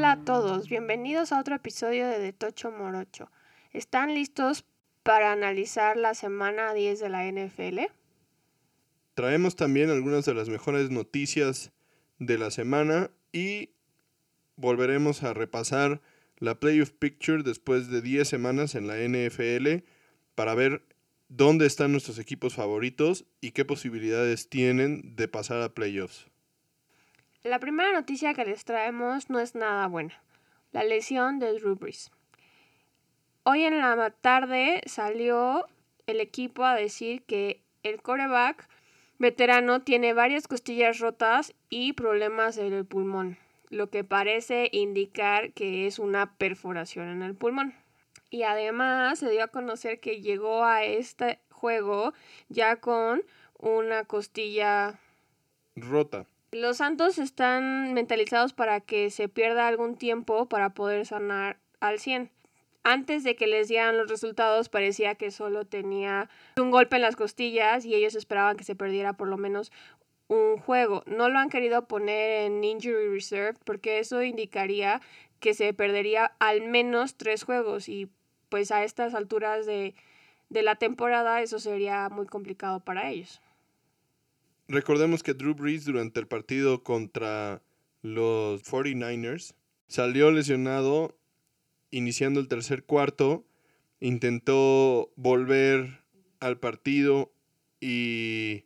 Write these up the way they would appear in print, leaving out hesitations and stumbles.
Hola a todos, bienvenidos a otro episodio de Tocho Morocho. ¿Están listos para analizar la semana 10 de la NFL? Traemos también algunas de las mejores noticias de la semana y volveremos a repasar la Playoff Picture después de 10 semanas en la NFL para ver dónde están nuestros equipos favoritos y qué posibilidades tienen de pasar a playoffs. La primera noticia que les traemos no es nada buena, la lesión de Drew Brees. Hoy en la tarde salió el equipo a decir que el quarterback veterano tiene varias costillas rotas y problemas en el pulmón, lo que parece indicar que es una perforación en el pulmón. Y además se dio a conocer que llegó a este juego ya con una costilla rota. Los Santos están mentalizados para que se pierda algún tiempo para poder sanar al 100. Antes de que les dieran los resultados parecía que solo tenía un golpe en las costillas y ellos esperaban que se perdiera por lo menos un juego. No lo han querido poner en Injury Reserve porque eso indicaría que se perdería al menos 3 juegos y pues a estas alturas de la temporada eso sería muy complicado para ellos. Recordemos que Drew Brees durante el partido contra los 49ers salió lesionado iniciando el tercer cuarto, intentó volver al partido y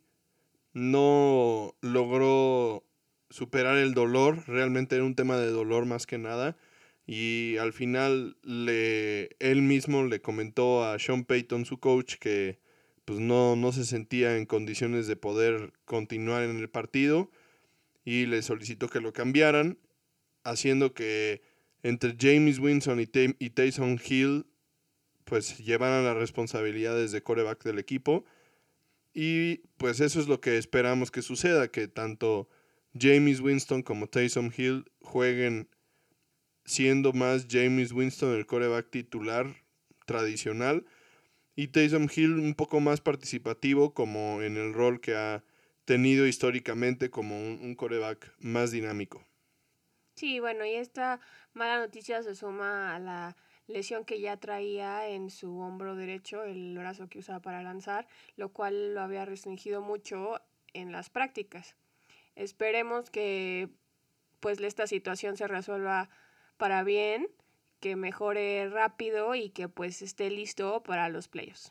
no logró superar el dolor. Realmente era un tema de dolor más que nada. Y al final él mismo le comentó a Sean Payton, su coach, que pues no se sentía en condiciones de poder continuar en el partido y le solicitó que lo cambiaran, haciendo que entre Jameis Winston y Taysom Hill pues llevaran las responsabilidades de quarterback del equipo. Y pues eso es lo que esperamos que suceda, que tanto Jameis Winston como Taysom Hill jueguen siendo más Jameis Winston el quarterback titular tradicional y Taysom Hill un poco más participativo como en el rol que ha tenido históricamente como un quarterback más dinámico. Sí, bueno, y esta mala noticia se suma a la lesión que ya traía en su hombro derecho, el brazo que usaba para lanzar, lo cual lo había restringido mucho en las prácticas. Esperemos que pues esta situación se resuelva para bien, que mejore rápido y que pues esté listo para los playoffs.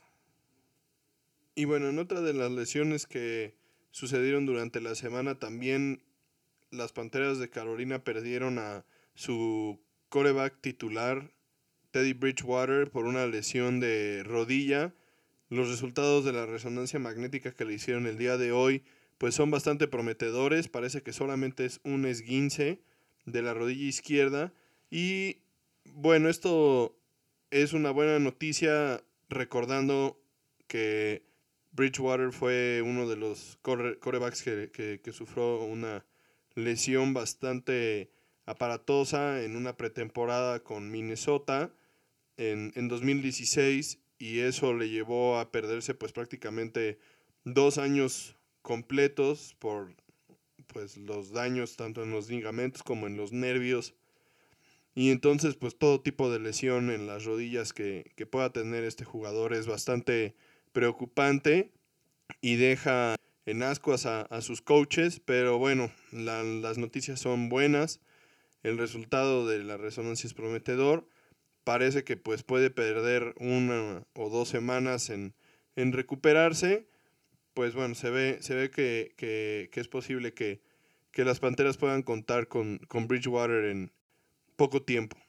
Y bueno, en otra de las lesiones que sucedieron durante la semana también las Panteras de Carolina perdieron a su quarterback titular Teddy Bridgewater por una lesión de rodilla. Los resultados de la resonancia magnética que le hicieron el día de hoy pues son bastante prometedores. Parece que solamente es un esguince de la rodilla izquierda. Y bueno, esto es una buena noticia recordando que Bridgewater fue uno de los quarterbacks que sufrió una lesión bastante aparatosa en una pretemporada con Minnesota en 2016 y eso le llevó a perderse pues prácticamente 2 años completos por pues los daños tanto en los ligamentos como en los nervios y entonces pues todo tipo de lesión en las rodillas que pueda tener este jugador es bastante preocupante y deja en ascuas a sus coaches, pero bueno, las noticias son buenas, el resultado de la resonancia es prometedor. Parece que pues puede perder 1 o 2 semanas en recuperarse. Pues bueno, se ve que es posible que las Panteras puedan contar con Bridgewater en poco tiempo.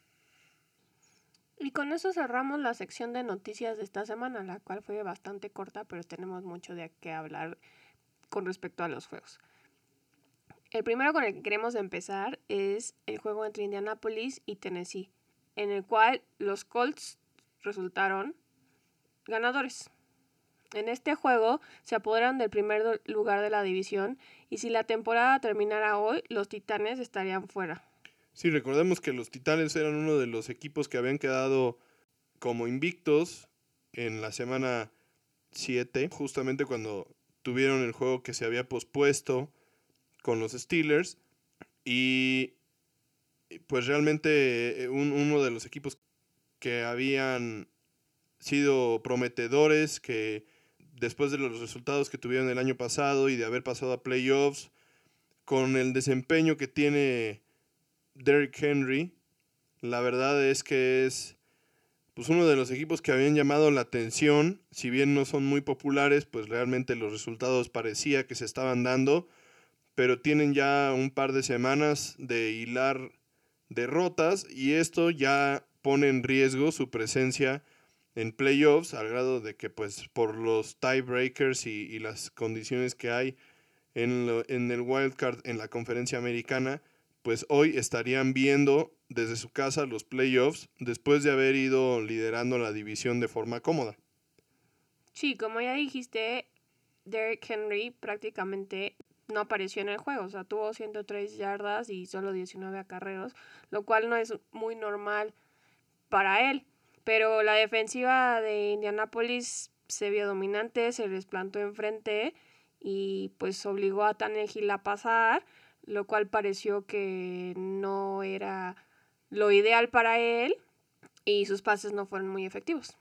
Y con eso cerramos la sección de noticias de esta semana, la cual fue bastante corta, pero tenemos mucho de qué hablar con respecto a los juegos. El primero con el que queremos empezar es el juego entre Indianapolis y Tennessee, en el cual los Colts resultaron ganadores. En este juego se apoderan del primer lugar de la división y si la temporada terminara hoy, los Titanes estarían fuera. Sí, recordemos que los Titanes eran uno de los equipos que habían quedado como invictos en la semana 7, justamente cuando tuvieron el juego que se había pospuesto con los Steelers y pues realmente uno de los equipos que habían sido prometedores, que después de los resultados que tuvieron el año pasado y de haber pasado a playoffs, con el desempeño que tiene Derrick Henry, la verdad es que es pues uno de los equipos que habían llamado la atención. Si bien no son muy populares, pues realmente los resultados parecía que se estaban dando, pero tienen ya un par de semanas de hilar derrotas y esto ya pone en riesgo su presencia en playoffs, al grado de que pues por los tiebreakers y las condiciones que hay en el wildcard en la conferencia americana, pues hoy estarían viendo desde su casa los playoffs después de haber ido liderando la división de forma cómoda. Sí, como ya dijiste, Derrick Henry prácticamente no apareció en el juego, o sea, tuvo 103 yardas y solo 19 acarreos, lo cual no es muy normal para él. Pero la defensiva de Indianapolis se vio dominante, se les plantó enfrente y pues obligó a Tannehill a pasar, lo cual pareció que no era lo ideal para él y sus pases no fueron muy efectivos.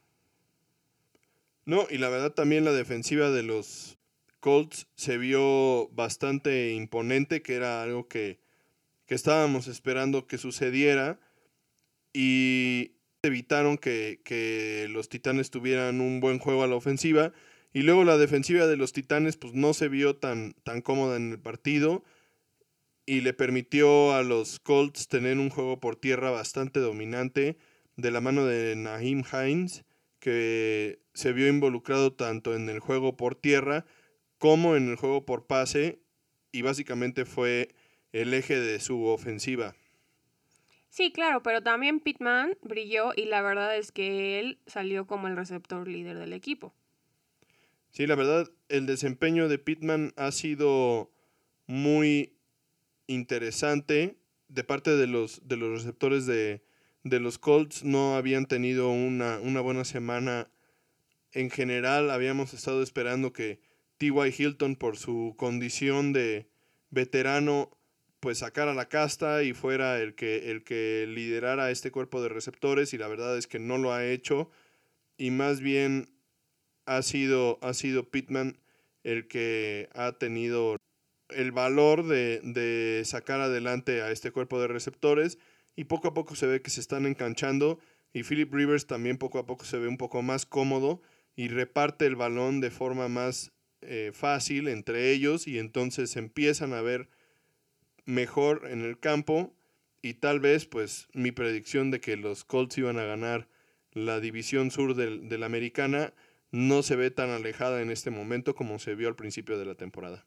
No, y la verdad también la defensiva de los Colts se vio bastante imponente, que era algo que estábamos esperando que sucediera, y evitaron que los Titanes tuvieran un buen juego a la ofensiva. Y luego la defensiva de los Titanes pues no se vio tan cómoda en el partido y le permitió a los Colts tener un juego por tierra bastante dominante de la mano de Nyheim Hines, que se vio involucrado tanto en el juego por tierra como en el juego por pase y básicamente fue el eje de su ofensiva. Sí, claro, pero también Pittman brilló y la verdad es que él salió como el receptor líder del equipo. Sí, la verdad, el desempeño de Pittman ha sido muy interesante de parte de los receptores de los Colts. No habían tenido una buena semana en general. Habíamos estado esperando que T.Y. Hilton, por su condición de veterano, pues sacara la casta y fuera el que liderara este cuerpo de receptores, y la verdad es que no lo ha hecho, y más bien ha sido Pittman el que ha tenido el valor de sacar adelante a este cuerpo de receptores, y poco a poco se ve que se están enganchando, y Philip Rivers también poco a poco se ve un poco más cómodo y reparte el balón de forma más fácil entre ellos, y entonces empiezan a ver mejor en el campo, y tal vez pues mi predicción de que los Colts iban a ganar la división sur de la americana no se ve tan alejada en este momento como se vio al principio de la temporada.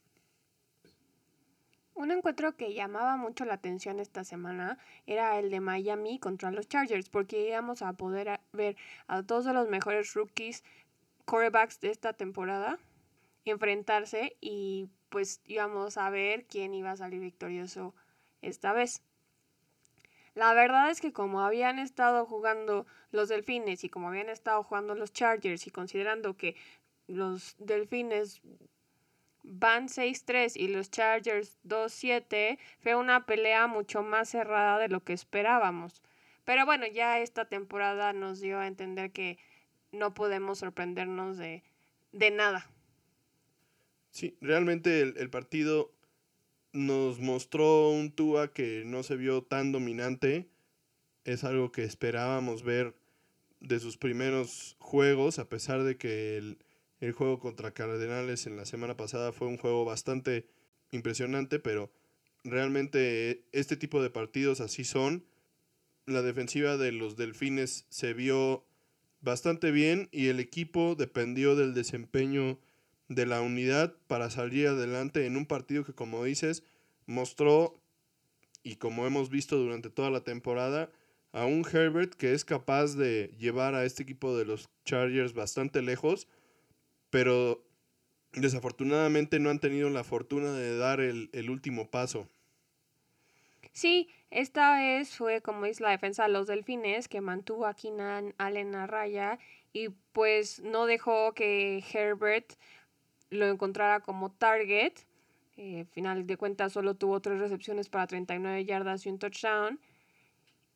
Un encuentro que llamaba mucho la atención esta semana era el de Miami contra los Chargers, porque íbamos a poder ver a dos de los mejores rookies quarterbacks de esta temporada enfrentarse y pues íbamos a ver quién iba a salir victorioso esta vez. La verdad es que como habían estado jugando los Delfines y como habían estado jugando los Chargers y considerando que los Delfines van 6-3 y los Chargers 2-7, fue una pelea mucho más cerrada de lo que esperábamos. Pero bueno, ya esta temporada nos dio a entender que no podemos sorprendernos de nada. Sí, realmente el partido nos mostró un Tua que no se vio tan dominante. Es algo que esperábamos ver de sus primeros juegos, a pesar de que el juego contra Cardenales en la semana pasada fue un juego bastante impresionante, pero realmente este tipo de partidos así son. La defensiva de los Delfines se vio bastante bien y el equipo dependió del desempeño de la unidad para salir adelante en un partido que, como dices, mostró, y como hemos visto durante toda la temporada, a un Herbert que es capaz de llevar a este equipo de los Chargers bastante lejos, pero desafortunadamente no han tenido la fortuna de dar el último paso. Sí, esta vez fue como es la defensa de los Delfines que mantuvo a Keenan Allen a raya y pues no dejó que Herbert lo encontrara como target. Final de cuentas solo tuvo 3 recepciones para 39 yardas y un touchdown.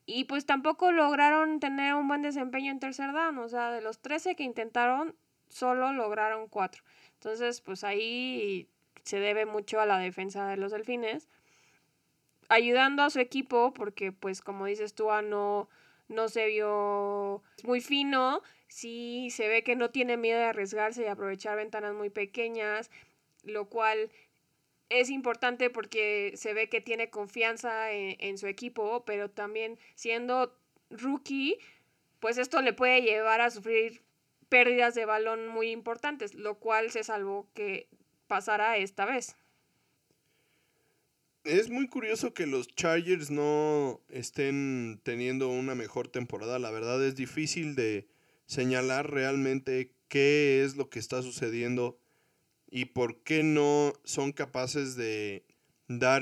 Y pues tampoco lograron tener un buen desempeño en tercer down. O sea, de los 13 que intentaron, solo lograron 4. Entonces, pues ahí se debe mucho a la defensa de los Delfines, ayudando a su equipo, porque pues como dices tú, no se vio muy fino. Sí se ve que no tiene miedo de arriesgarse y aprovechar ventanas muy pequeñas, lo cual es importante porque se ve que tiene confianza en su equipo, pero también siendo rookie, pues esto le puede llevar a sufrir pérdidas de balón muy importantes, lo cual se salvó que pasara esta vez. Es muy curioso que los Chargers no estén teniendo una mejor temporada. La verdad es difícil de señalar realmente qué es lo que está sucediendo y por qué no son capaces de dar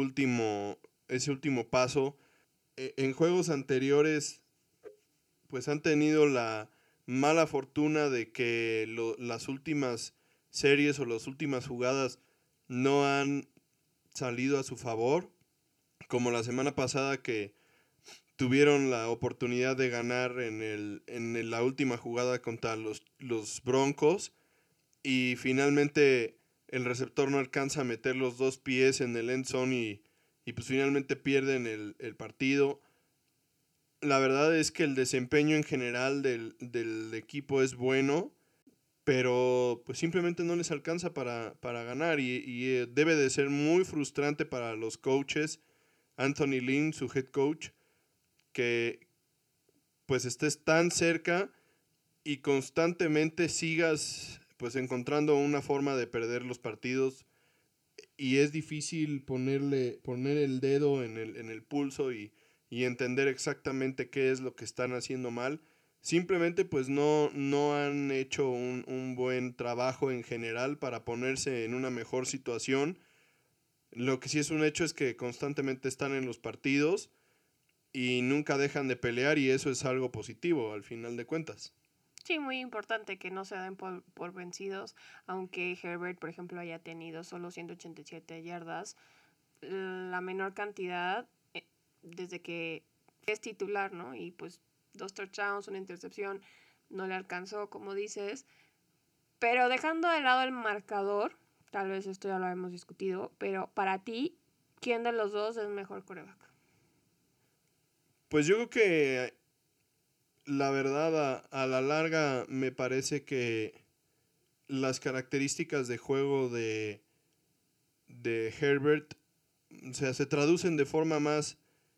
ese último paso. En juegos anteriores, pues han tenido la mala fortuna de que las últimas series o las últimas jugadas no han salido a su favor, como la semana pasada que tuvieron la oportunidad de ganar la última jugada contra los Broncos y finalmente el receptor no alcanza a meter los dos pies en el end zone y pues finalmente pierden el partido. La verdad es que el desempeño en general del equipo es bueno, pero pues simplemente no les alcanza para ganar y debe de ser muy frustrante para los coaches. Anthony Lynn, su head coach, que pues estés tan cerca y constantemente sigas pues encontrando una forma de perder los partidos y es difícil poner el dedo en el pulso y entender exactamente qué es lo que están haciendo mal. Simplemente pues no han hecho un buen trabajo en general para ponerse en una mejor situación. Lo que sí es un hecho es que constantemente están en los partidos y nunca dejan de pelear y eso es algo positivo al final de cuentas. Sí, muy importante que no se den por vencidos, aunque Herbert, por ejemplo, haya tenido solo 187 yardas, la menor cantidad desde que es titular, ¿no? Y pues 2 touchdowns, una intercepción, no le alcanzó, como dices. Pero dejando de lado el marcador, tal vez esto ya lo hemos discutido, pero para ti, ¿quién de los dos es mejor quarterback? Pues yo creo que la verdad a la larga me parece que las características de juego de Herbert, o sea, se traducen de forma más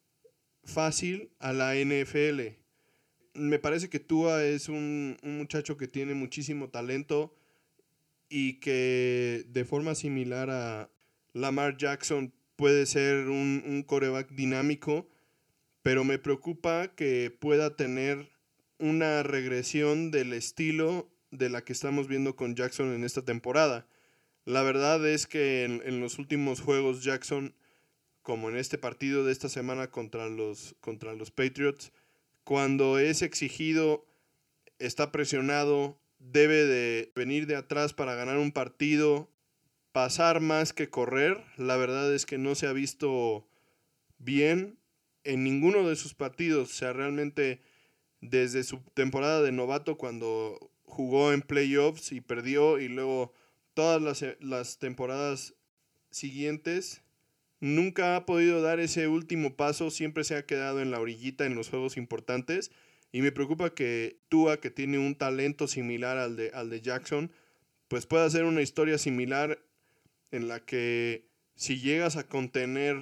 fácil a la NFL. Me parece que Tua es un muchacho que tiene muchísimo talento y que de forma similar a Lamar Jackson puede ser un quarterback dinámico, pero me preocupa que pueda tener una regresión del estilo de la que estamos viendo con Jackson en esta temporada. La verdad es que en los últimos juegos Jackson, como en este partido de esta semana contra los Patriots, cuando es exigido, está presionado, debe de venir de atrás para ganar un partido, pasar más que correr. La verdad es que no se ha visto bien en ninguno de sus partidos. O sea, realmente desde su temporada de novato cuando jugó en playoffs y perdió y luego todas las temporadas siguientes nunca ha podido dar ese último paso, siempre se ha quedado en la orillita en los juegos importantes y me preocupa que Tua, que tiene un talento similar al de Jackson, pues pueda hacer una historia similar en la que si llegas a contener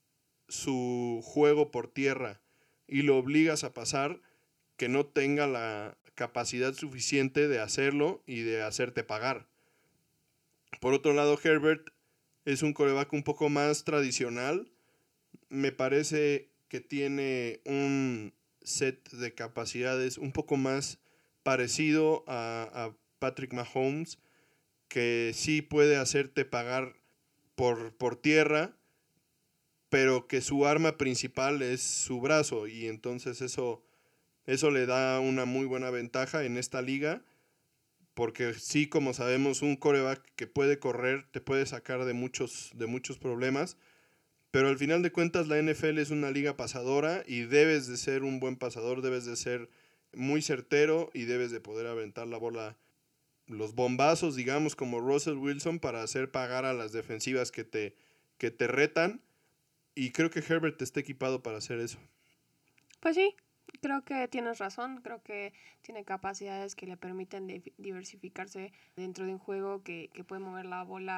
su juego por tierra y lo obligas a pasar, que no tenga la capacidad suficiente de hacerlo y de hacerte pagar. Por otro lado, Herbert es un quarterback un poco más tradicional. Me parece que tiene un set de capacidades un poco más parecido a Patrick Mahomes, que sí puede hacerte pagar por tierra, pero que su arma principal es su brazo y entonces eso le da una muy buena ventaja en esta liga, porque sí, como sabemos, un quarterback que puede correr te puede sacar de muchos problemas, Pero al final de cuentas la NFL es una liga pasadora y debes de ser un buen pasador, debes de ser muy certero y debes de poder aventar la bola, los bombazos, digamos, como Russell Wilson, para hacer pagar a las defensivas que te retan. Y creo que Herbert está equipado para hacer eso. Pues sí, creo que tienes razón. Creo que tiene capacidades que le permiten diversificarse dentro de un juego que puede mover la bola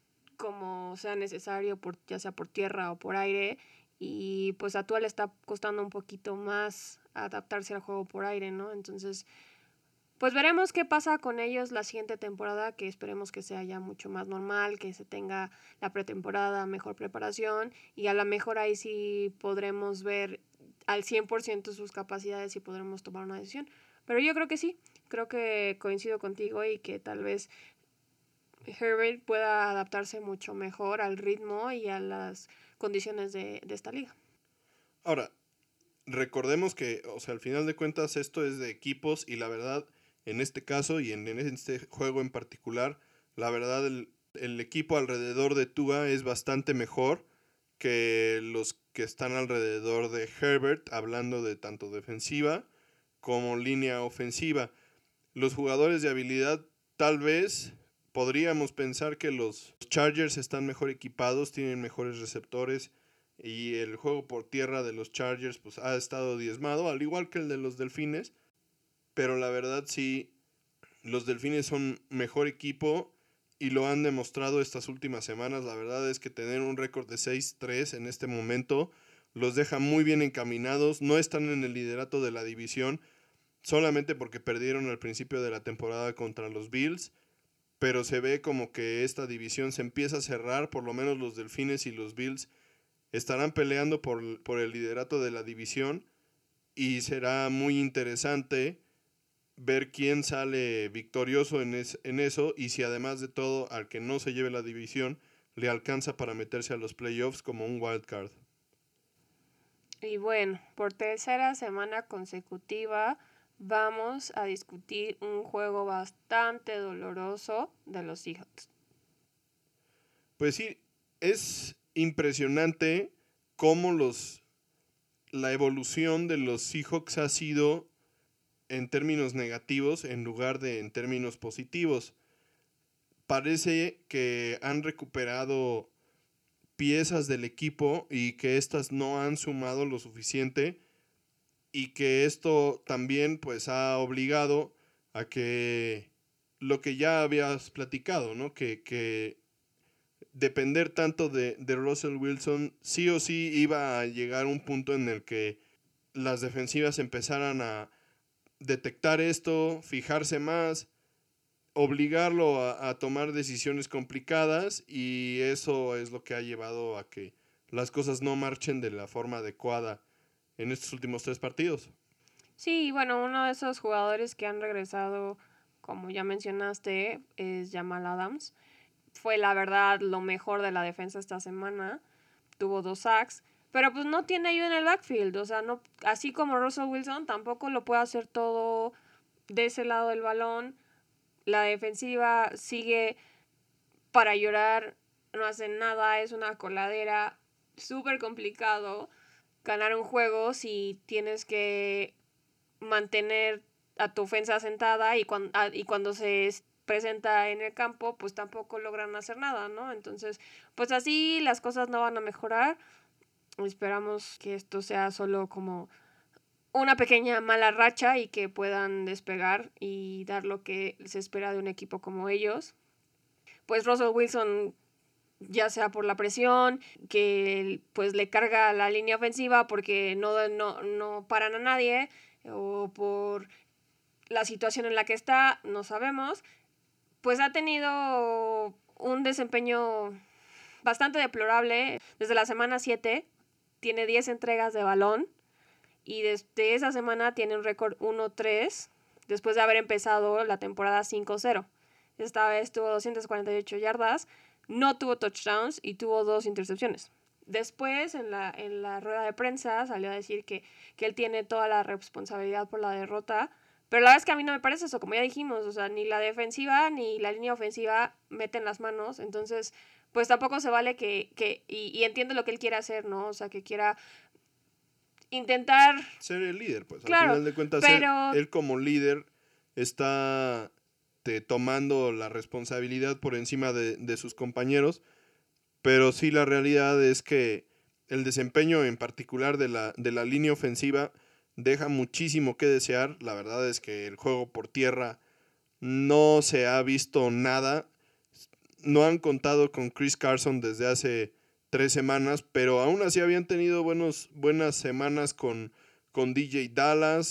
como sea necesario, ya sea por tierra o por aire. Y pues a Tua le está costando un poquito más adaptarse al juego por aire, ¿no? Entonces, pues veremos qué pasa con ellos la siguiente temporada, que esperemos que sea ya mucho más normal, que se tenga la pretemporada, mejor preparación, y a lo mejor ahí sí podremos ver al 100% sus capacidades y podremos tomar una decisión. Pero yo creo que sí, creo que coincido contigo y que tal vez Herbert pueda adaptarse mucho mejor al ritmo y a las condiciones de esta liga. Ahora, recordemos que, o sea, al final de cuentas esto es de equipos y la verdad, en este caso y en este juego en particular, la verdad el equipo alrededor de Tua es bastante mejor que los que están alrededor de Herbert, hablando de tanto defensiva como línea ofensiva. Los jugadores de habilidad, tal vez podríamos pensar que los Chargers están mejor equipados, tienen mejores receptores y el juego por tierra de los Chargers pues ha estado diezmado, al igual que el de los Delfines, pero la verdad sí, los Delfines son mejor equipo y lo han demostrado estas últimas semanas. La verdad es que tener un récord de 6-3 en este momento los deja muy bien encaminados, no están en el liderato de la división solamente porque perdieron al principio de la temporada contra los Bills, pero se ve como que esta división se empieza a cerrar, por lo menos los Delfines y los Bills estarán peleando por el liderato de la división y será muy interesante ver quién sale victorioso en eso y si además de todo al que no se lleve la división le alcanza para meterse a los playoffs como un wild card. Y bueno, por tercera semana consecutiva vamos a discutir un juego bastante doloroso de los Seahawks. Pues sí, es impresionante cómo la evolución de los Seahawks ha sido en términos negativos en lugar de en términos positivos. Parece que han recuperado piezas del equipo y que éstas no han sumado lo suficiente y que esto también pues ha obligado a que lo que ya habías platicado, ¿no? Que depender tanto de Russell Wilson sí o sí iba a llegar a un punto en el que las defensivas empezaran a detectar esto, fijarse más, obligarlo a tomar decisiones complicadas y eso es lo que ha llevado a que las cosas no marchen de la forma adecuada en estos últimos 3 partidos. Sí, bueno, uno de esos jugadores que han regresado, como ya mencionaste, es Jamal Adams. Fue la verdad lo mejor de la defensa esta semana. Tuvo 2 sacks, pero pues no tiene ayuda en el backfield. O sea, no, así como Russell Wilson, tampoco lo puede hacer todo de ese lado del balón. La defensiva sigue para llorar, no hacen nada, es una coladera, súper complicado ganar un juego si tienes que mantener a tu ofensa sentada y cuando se presenta en el campo, pues tampoco logran hacer nada, ¿no? Entonces, pues así las cosas no van a mejorar. Esperamos que esto sea solo como una pequeña mala racha y que puedan despegar y dar lo que se espera de un equipo como ellos. Pues Russell Wilson, ya sea por la presión, que pues le carga la línea ofensiva porque no paran a nadie, o por la situación en la que está, no sabemos, pues ha tenido un desempeño bastante deplorable. Desde la semana 7 tiene 10 entregas de balón y desde esa semana tiene un récord 1-3 después de haber empezado la temporada 5-0. Esta vez tuvo 248 yardas, no tuvo touchdowns y tuvo 2 intercepciones. Después, en la rueda de prensa, salió a decir que él tiene toda la responsabilidad por la derrota. Pero la verdad es que a mí no me parece eso, como ya dijimos. O sea, ni la defensiva ni la línea ofensiva meten las manos. Entonces, pues tampoco se vale y entiendo lo que él quiere hacer, ¿no? O sea, que quiera intentar ser el líder, pues. Claro, Al final de cuentas, pero él como líder está tomando la responsabilidad por encima de sus compañeros, pero sí la realidad es que el desempeño en particular de la línea ofensiva deja muchísimo que desear. La verdad es que el juego por tierra no se ha visto nada. No han contado con Chris Carson desde hace 3 semanas, pero aún así habían tenido buenas semanas con DJ Dallas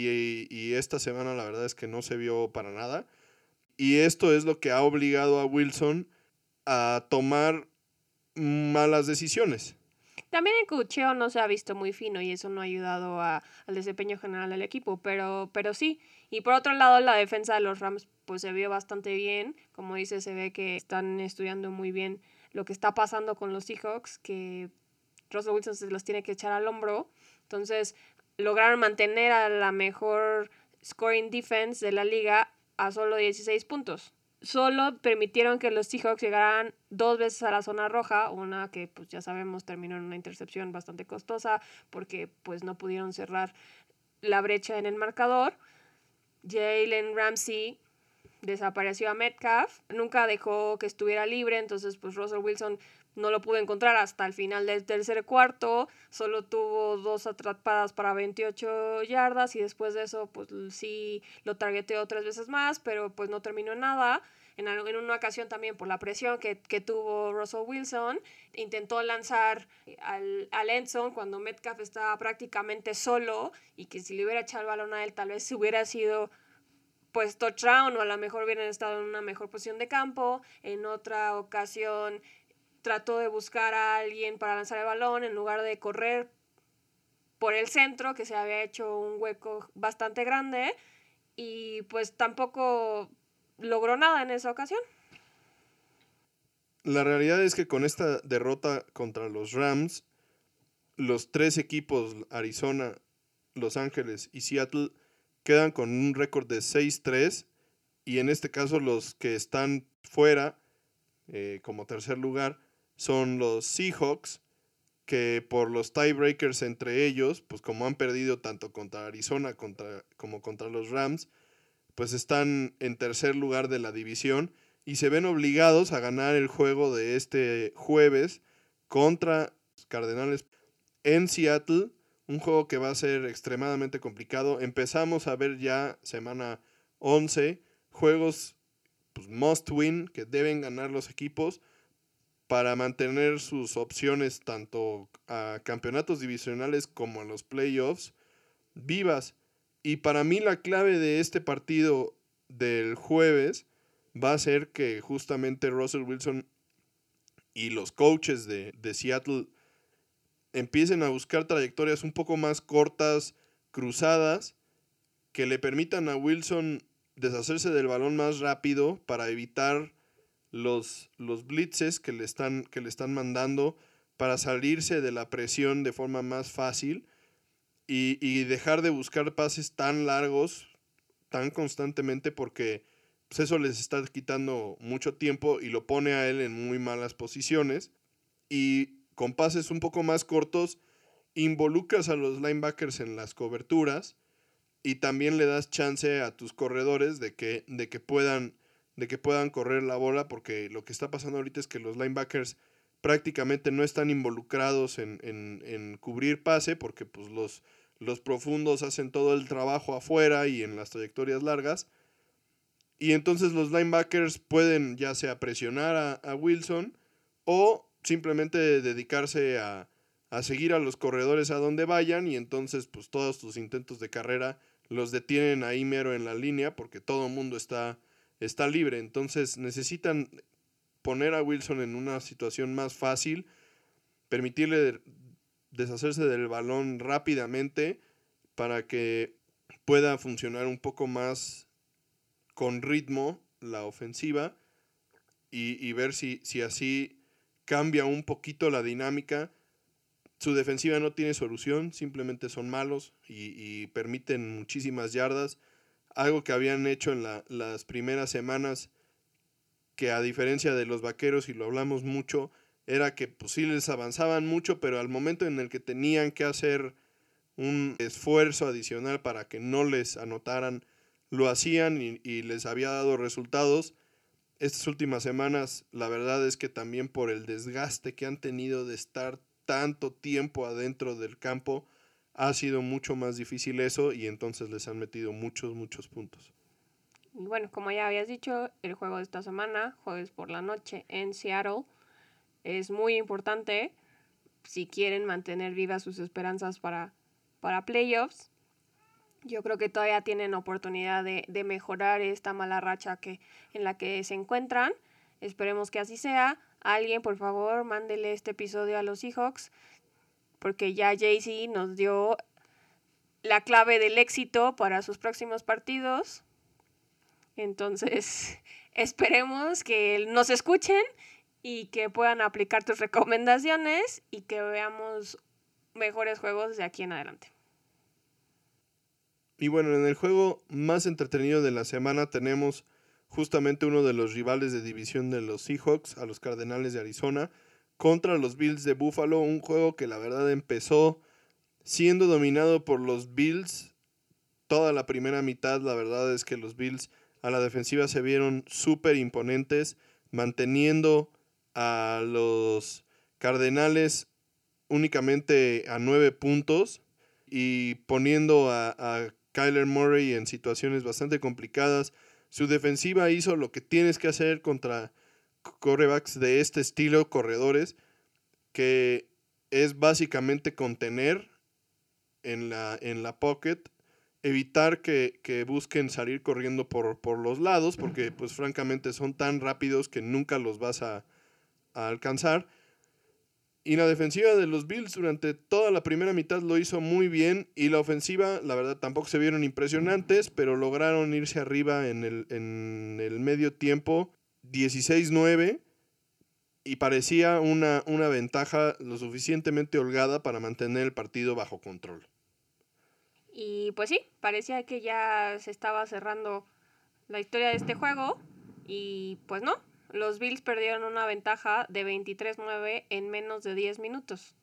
y esta semana la verdad es que no se vio para nada. Y esto es lo que ha obligado a Wilson a tomar malas decisiones. también el coacheo no se ha visto muy fino y eso no ha ayudado al desempeño general del equipo, pero sí. Y por otro lado, la defensa de los Rams pues se vio bastante bien. Como dice, se ve que están estudiando muy bien lo que está pasando con los Seahawks, que Russell Wilson se los tiene que echar al hombro. Entonces, lograron mantener a la mejor scoring defense de la liga a solo 16 puntos. Solo permitieron que los Seahawks llegaran 2 veces a la zona roja, una que pues ya sabemos terminó en una intercepción bastante costosa porque pues no pudieron cerrar la brecha en el marcador. Jalen Ramsey desapareció a Metcalf, nunca dejó que estuviera libre, entonces pues Russell Wilson no lo pudo encontrar hasta el final del tercer cuarto, solo tuvo 2 atrapadas para 28 yardas y después de eso pues sí lo targeteó 3 veces más, pero pues no terminó en nada. En una ocasión también por la presión que tuvo Russell Wilson, intentó lanzar al end zone cuando Metcalf estaba prácticamente solo y que si le hubiera echado el balón a él tal vez hubiera sido pues touchdown o a lo mejor hubieran estado en una mejor posición de campo. En otra ocasión trató de buscar a alguien para lanzar el balón en lugar de correr por el centro, que se había hecho un hueco bastante grande, y pues tampoco logró nada en esa ocasión. La realidad es que con esta derrota contra los Rams, los 3 equipos, Arizona, Los Ángeles y Seattle, quedan con un récord de 6-3, y en este caso los que están fuera como tercer lugar son los Seahawks, que por los tiebreakers entre ellos, pues como han perdido tanto contra Arizona como contra los Rams, pues están en tercer lugar de la división y se ven obligados a ganar el juego de este jueves contra los Cardenales en Seattle, un juego que va a ser extremadamente complicado. Empezamos a ver ya semana 11 juegos pues, must win que deben ganar los equipos para mantener sus opciones tanto a campeonatos divisionales como a los playoffs vivas. Y para mí la clave de este partido del jueves va a ser que justamente Russell Wilson y los coaches de Seattle empiecen a buscar trayectorias un poco más cortas, cruzadas, que le permitan a Wilson deshacerse del balón más rápido para evitar los blitzes que le están mandando, para salirse de la presión de forma más fácil y dejar de buscar pases tan largos, tan constantemente, porque pues eso les está quitando mucho tiempo y lo pone a él en muy malas posiciones. Y con pases un poco más cortos, involucras a los linebackers en las coberturas y también le das chance a tus corredores de que puedan correr la bola, porque lo que está pasando ahorita es que los linebackers prácticamente no están involucrados en cubrir pase, porque pues los profundos hacen todo el trabajo afuera y en las trayectorias largas, y entonces los linebackers pueden ya sea presionar a Wilson o simplemente dedicarse a seguir a los corredores a donde vayan, y entonces pues todos tus intentos de carrera los detienen ahí mero en la línea porque todo el mundo está libre. Entonces necesitan poner a Wilson en una situación más fácil, permitirle deshacerse del balón rápidamente para que pueda funcionar un poco más con ritmo la ofensiva y ver si así cambia un poquito la dinámica. Su defensiva no tiene solución, simplemente son malos y permiten muchísimas yardas, algo que habían hecho en las primeras semanas que a diferencia de los Vaqueros, y lo hablamos mucho, era que pues sí les avanzaban mucho, pero al momento en el que tenían que hacer un esfuerzo adicional para que no les anotaran, lo hacían y les había dado resultados. Estas últimas semanas, la verdad es que también por el desgaste que han tenido de estar tanto tiempo adentro del campo, ha sido mucho más difícil eso y entonces les han metido muchos puntos. Y bueno, como ya habías dicho, el juego de esta semana, jueves por la noche en Seattle, es muy importante si quieren mantener vivas sus esperanzas para playoffs. Yo creo que todavía tienen oportunidad de mejorar esta mala racha en la que se encuentran. Esperemos que así sea. Alguien, por favor, mándele este episodio a los Seahawks, porque ya Jay-Z nos dio la clave del éxito para sus próximos partidos. Entonces, esperemos que nos escuchen y que puedan aplicar tus recomendaciones y que veamos mejores juegos de aquí en adelante. Y bueno, en el juego más entretenido de la semana tenemos justamente uno de los rivales de división de los Seahawks, a los Cardenales de Arizona, contra los Bills de Buffalo, un juego que la verdad empezó siendo dominado por los Bills. Toda la primera mitad, la verdad es que los Bills a la defensiva se vieron súper imponentes, manteniendo a los Cardenales únicamente a 9 puntos y poniendo a Kyler Murray en situaciones bastante complicadas. Su defensiva hizo lo que tienes que hacer contra quarterbacks de este estilo, corredores, que es básicamente contener en la pocket, evitar que busquen salir corriendo por los lados, porque pues francamente son tan rápidos que nunca los vas a alcanzar. Y la defensiva de los Bills durante toda la primera mitad lo hizo muy bien. Y la ofensiva, la verdad, tampoco se vieron impresionantes, pero lograron irse arriba en el medio tiempo 16-9. Y parecía una ventaja lo suficientemente holgada para mantener el partido bajo control. Y pues sí, parecía que ya se estaba cerrando la historia de este juego. Y pues no, los Bills perdieron una ventaja de 23-9 en menos de 10 minutos.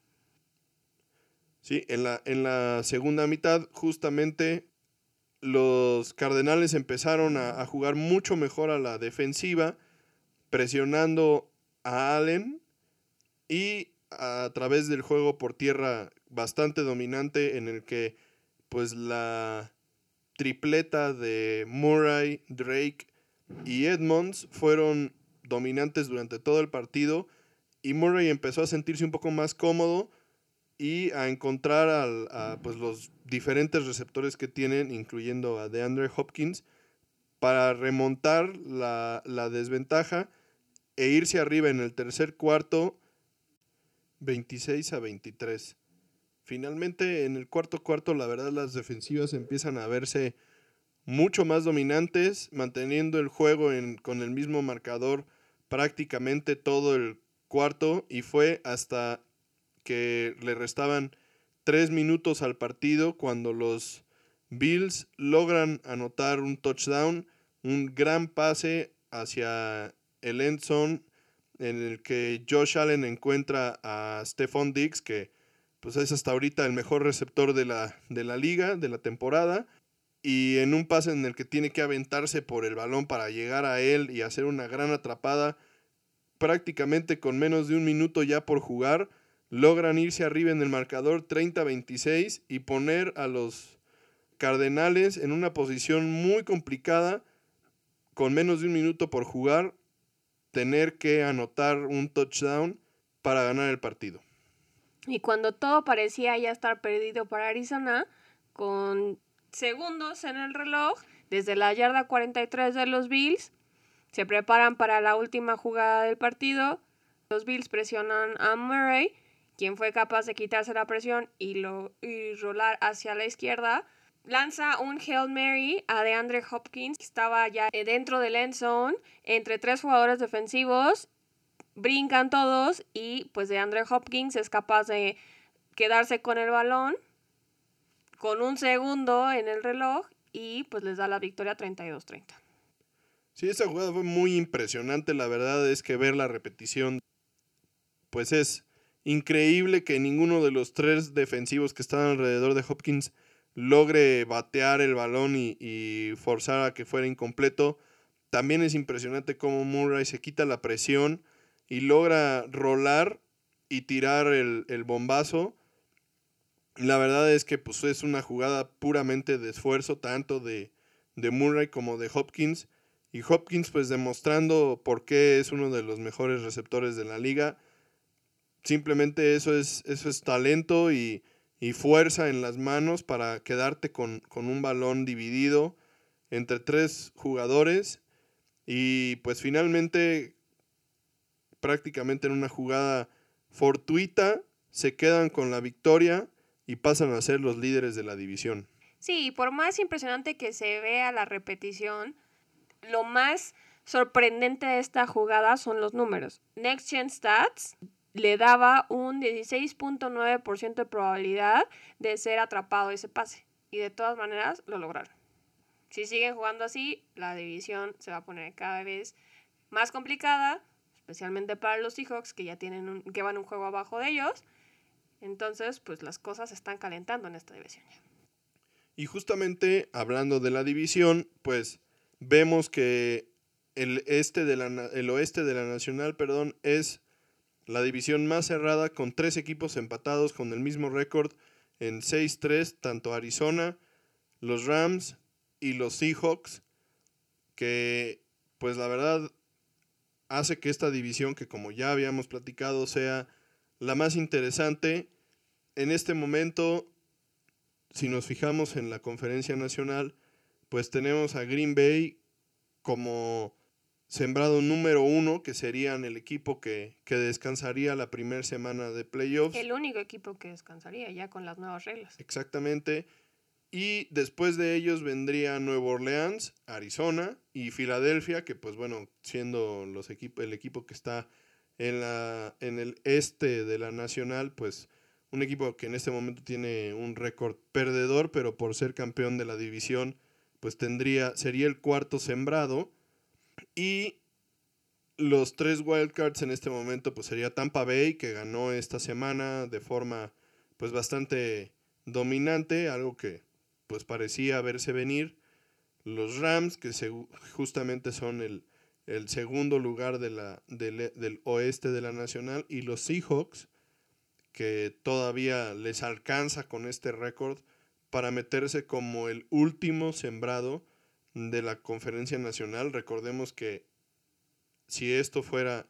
Sí, en la segunda mitad justamente los Cardenales empezaron a jugar mucho mejor a la defensiva, presionando a Allen y a través del juego por tierra bastante dominante en el que pues la tripleta de Murray, Drake y Edmonds fueron dominantes durante todo el partido y Murray empezó a sentirse un poco más cómodo y a encontrar a pues los diferentes receptores que tienen, incluyendo a DeAndre Hopkins, para remontar la desventaja e irse arriba en el tercer cuarto 26-23. Finalmente, en el cuarto, la verdad, las defensivas empiezan a verse mucho más dominantes, manteniendo el juego con el mismo marcador prácticamente todo el cuarto, y fue hasta que le restaban 3 minutos al partido cuando los Bills logran anotar un touchdown, un gran pase hacia el end zone en el que Josh Allen encuentra a Stephon Diggs, que pues es hasta ahorita el mejor receptor de la liga, de la temporada, y en un pase en el que tiene que aventarse por el balón para llegar a él y hacer una gran atrapada, prácticamente con menos de un minuto ya por jugar, logran irse arriba en el marcador 30-26 y poner a los Cardenales en una posición muy complicada, con menos de un minuto por jugar, tener que anotar un touchdown para ganar el partido. Y cuando todo parecía ya estar perdido para Arizona, con segundos en el reloj, desde la yarda 43 de los Bills, se preparan para la última jugada del partido. Los Bills presionan a Murray, quien fue capaz de quitarse la presión y rolar hacia la izquierda. Lanza un Hail Mary a DeAndre Hopkins, que estaba ya dentro del end zone, entre 3 jugadores defensivos. Brincan todos y pues DeAndre Hopkins es capaz de quedarse con el balón con un segundo en el reloj y pues les da la victoria 32-30. Sí, esa jugada fue muy impresionante. La verdad es que ver la repetición, pues es increíble que ninguno de los tres defensivos que estaban alrededor de Hopkins logre batear el balón y forzar a que fuera incompleto. También es impresionante cómo Murray se quita la presión y logra rolar y tirar el bombazo. La verdad es que pues, es una jugada puramente de esfuerzo, tanto de Murray como de Hopkins. Y Hopkins pues demostrando por qué es uno de los mejores receptores de la liga. Simplemente eso es talento y fuerza en las manos para quedarte con un balón dividido entre tres jugadores. Y pues finalmente, prácticamente en una jugada fortuita, se quedan con la victoria y pasan a ser los líderes de la división. Sí, por más impresionante que se vea la repetición, lo más sorprendente de esta jugada son los números. Next Gen Stats le daba un 16.9% de probabilidad de ser atrapado ese pase. Y de todas maneras lo lograron. Si siguen jugando así, la división se va a poner cada vez más complicada, especialmente para los Seahawks que ya que van un juego abajo de ellos. Entonces, pues las cosas se están calentando en esta división. Y justamente hablando de la división, pues vemos que el oeste de la Nacional, perdón, es la división más cerrada con 3 equipos empatados con el mismo récord en 6-3, tanto Arizona, los Rams y los Seahawks, que pues la verdad hace que esta división, que como ya habíamos platicado, sea la más interesante. En este momento, si nos fijamos en la conferencia nacional, pues tenemos a Green Bay como sembrado número 1, que serían el equipo que descansaría la primera semana de playoffs. El único equipo que descansaría ya con las nuevas reglas. Exactamente. Y después de ellos vendría Nueva Orleans, Arizona y Filadelfia, que pues bueno, siendo el equipo que está en el este de la Nacional, pues un equipo que en este momento tiene un récord perdedor, pero por ser campeón de la división, pues sería el cuarto sembrado. Y los 3 wildcards en este momento pues sería Tampa Bay, que ganó esta semana de forma pues bastante dominante, algo que pues parecía verse venir. Los Rams, que justamente son el segundo lugar del oeste de la Nacional. Y los Seahawks, que todavía les alcanza con este récord para meterse como el último sembrado de la conferencia nacional. Recordemos que si esto fuera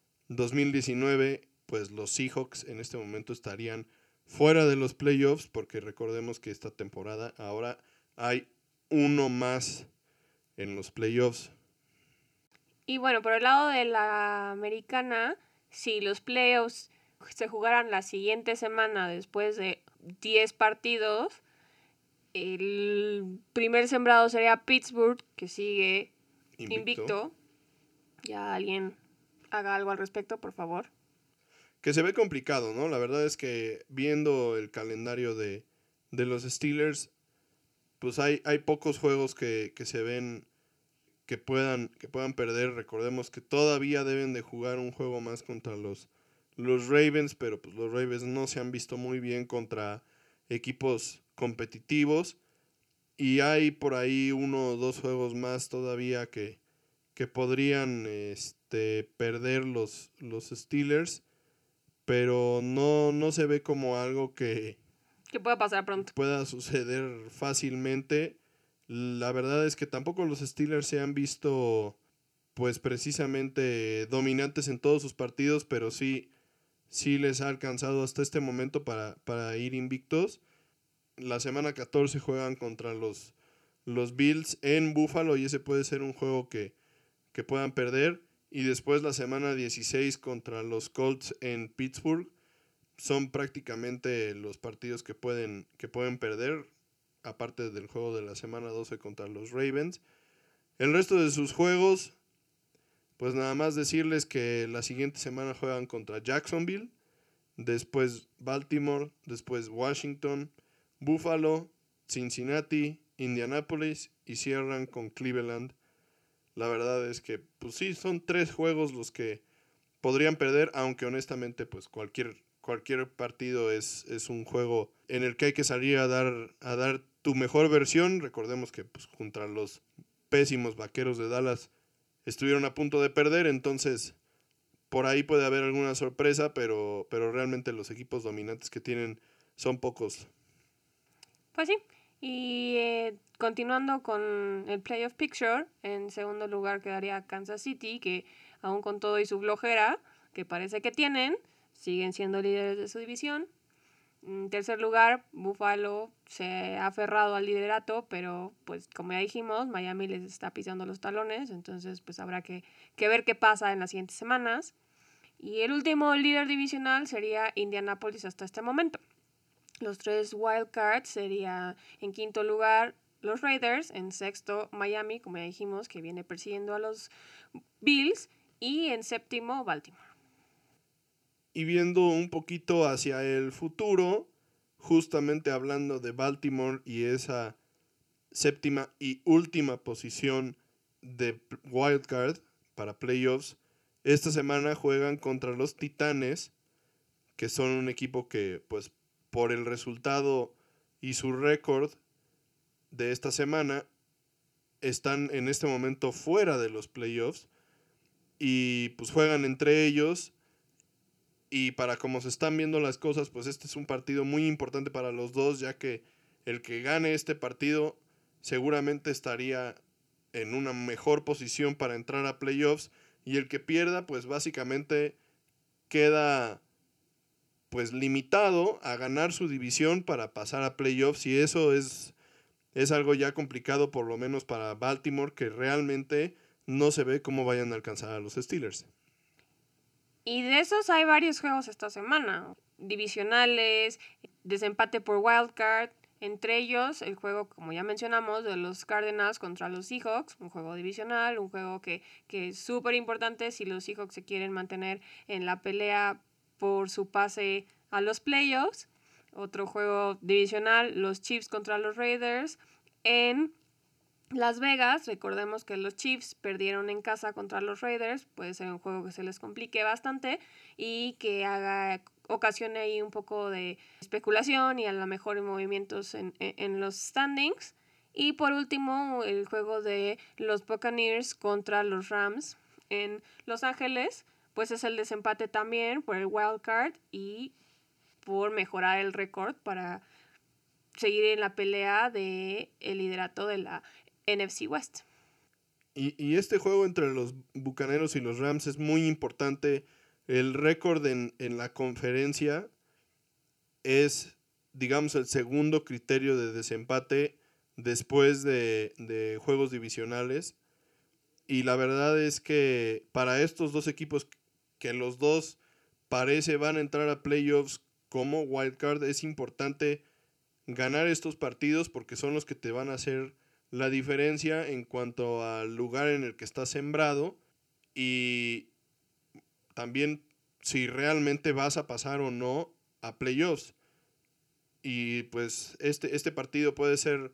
2019, pues los Seahawks en este momento estarían fuera de los playoffs, porque recordemos que esta temporada ahora hay uno más en los playoffs. Y bueno, por el lado de la americana, si los playoffs se jugaran la siguiente semana después de 10 partidos, el primer sembrado sería Pittsburgh, que sigue invicto. Ya alguien haga algo al respecto, por favor. Que se ve complicado, ¿no? La verdad es que viendo el calendario de los Steelers, pues hay pocos juegos que se ven que puedan perder. Recordemos que todavía deben de jugar un juego más contra los Ravens, pero pues los Ravens no se han visto muy bien contra equipos competitivos. Y hay por ahí 1 o 2 juegos más todavía que podrían perder los Steelers, pero no se ve como algo que pueda pasar pronto. Pueda suceder fácilmente. La verdad es que tampoco los Steelers se han visto pues precisamente dominantes en todos sus partidos, pero sí les ha alcanzado hasta este momento para ir invictos. La semana 14 juegan contra los Bills en Buffalo, y ese puede ser un juego que puedan perder. Y después la semana 16 contra los Colts en Pittsburgh. Son prácticamente los partidos que pueden perder, aparte del juego de la semana 12 contra los Ravens. El resto de sus juegos, pues nada más decirles que la siguiente semana juegan contra Jacksonville, después Baltimore, después Washington, Buffalo, Cincinnati, Indianapolis y cierran con Cleveland. La verdad es que, pues sí, son 3 juegos los que podrían perder, aunque honestamente, pues cualquier partido es un juego en el que hay que salir a dar tu mejor versión. Recordemos que pues, contra los pésimos Vaqueros de Dallas estuvieron a punto de perder, entonces por ahí puede haber alguna sorpresa, pero realmente los equipos dominantes que tienen son pocos. Pues sí, y continuando con el playoff picture, en segundo lugar quedaría Kansas City, que aún con todo y su flojera, que parece que tienen, siguen siendo líderes de su división. En tercer lugar, Buffalo se ha aferrado al liderato, pero pues como ya dijimos, Miami les está pisando los talones, entonces pues habrá que ver qué pasa en las siguientes semanas. Y el último líder divisional sería Indianapolis hasta este momento. Los 3 wildcards sería en quinto lugar los Raiders, en sexto Miami, como ya dijimos, que viene persiguiendo a los Bills, y en séptimo Baltimore. Y viendo un poquito hacia el futuro, justamente hablando de Baltimore y esa séptima y última posición de wildcard para playoffs, esta semana juegan contra los Titanes, que son un equipo que, pues, por el resultado y su récord de esta semana, están en este momento fuera de los playoffs y pues juegan entre ellos. Y para como se están viendo las cosas, pues este es un partido muy importante para los dos, ya que el que gane este partido seguramente estaría en una mejor posición para entrar a playoffs, y el que pierda pues básicamente queda pues limitado a ganar su división para pasar a playoffs, y eso es algo ya complicado, por lo menos para Baltimore, que realmente no se ve cómo vayan a alcanzar a los Steelers. Y de esos hay varios juegos esta semana, divisionales, desempate por wildcard, entre ellos el juego, como ya mencionamos, de los Cardinals contra los Seahawks, un juego divisional, un juego que es súper importante si los Seahawks se quieren mantener en la pelea por su pase a los playoffs. Otro juego divisional, los Chiefs contra los Raiders en Las Vegas. Recordemos que los Chiefs perdieron en casa contra los Raiders, puede ser un juego que se les complique bastante y que ocasione ahí un poco de especulación y a lo mejor movimientos en los standings. Y por último, el juego de los Buccaneers contra los Rams en Los Ángeles, pues es el desempate también por el wild card y por mejorar el récord para seguir en la pelea de el liderato de la NFC West. Y este juego entre los Bucaneros y los Rams es muy importante. El récord en la conferencia es, digamos, el segundo criterio de desempate después de juegos divisionales. Y la verdad es que para estos dos equipos, que los dos parece van a entrar a playoffs como wildcard, es importante ganar estos partidos porque son los que te van a hacer la diferencia en cuanto al lugar en el que estás sembrado, y también si realmente vas a pasar o no a playoffs. Y pues este partido puede ser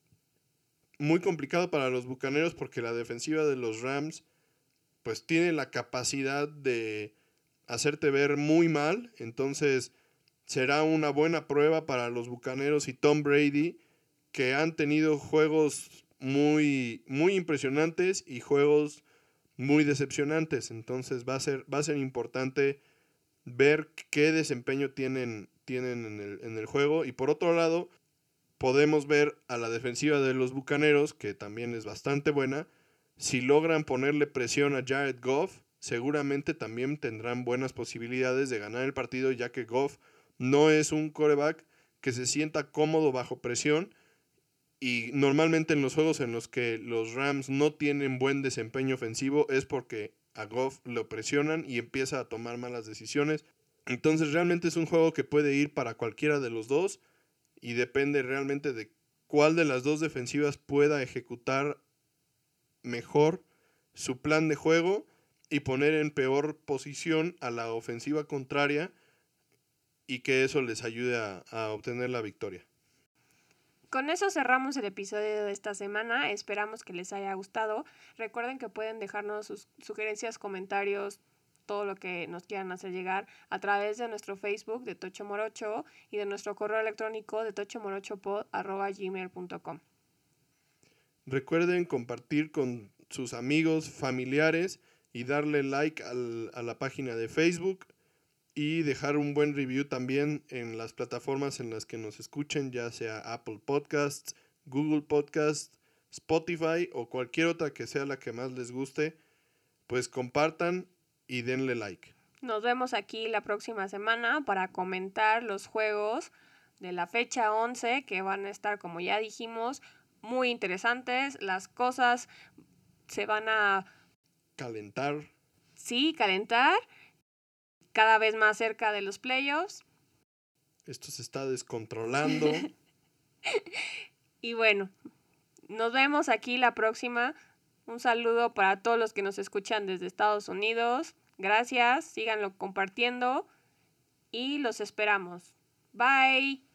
muy complicado para los Bucaneros porque la defensiva de los Rams pues tiene la capacidad de hacerte ver muy mal. Entonces será una buena prueba para los Bucaneros y Tom Brady, que han tenido juegos muy, muy impresionantes y juegos muy decepcionantes. Entonces va a ser importante ver qué desempeño tienen en el juego. Y por otro lado, podemos ver a la defensiva de los Bucaneros, que también es bastante buena. Si logran ponerle presión a Jared Goff, seguramente también tendrán buenas posibilidades de ganar el partido, ya que Goff no es un quarterback que se sienta cómodo bajo presión, y normalmente en los juegos en los que los Rams no tienen buen desempeño ofensivo es porque a Goff lo presionan y empieza a tomar malas decisiones. Entonces realmente es un juego que puede ir para cualquiera de los dos, y depende realmente de cuál de las dos defensivas pueda ejecutar mejor su plan de juego y poner en peor posición a la ofensiva contraria, y que eso les ayude a obtener la victoria. con eso cerramos el episodio de esta semana. Esperamos que les haya gustado. Recuerden que pueden dejarnos sus sugerencias, comentarios, todo lo que nos quieran hacer llegar a través de nuestro Facebook de Tocho Morocho y de nuestro correo electrónico de tochomorochopod@gmail.com. Recuerden compartir con sus amigos, familiares y darle like a la página de Facebook y dejar un buen review también en las plataformas en las que nos escuchen, ya sea Apple Podcasts, Google Podcasts, Spotify o cualquier otra que sea la que más les guste. Pues compartan y denle like. Nos vemos aquí la próxima semana para comentar los juegos de la fecha 11 que van a estar, como ya dijimos, muy interesantes. Las cosas se van a calentar cada vez más cerca de los playoffs. Esto se está descontrolando. Y bueno, nos vemos aquí la próxima. Un saludo para todos los que nos escuchan desde Estados Unidos. Gracias, síganlo compartiendo y los esperamos. Bye.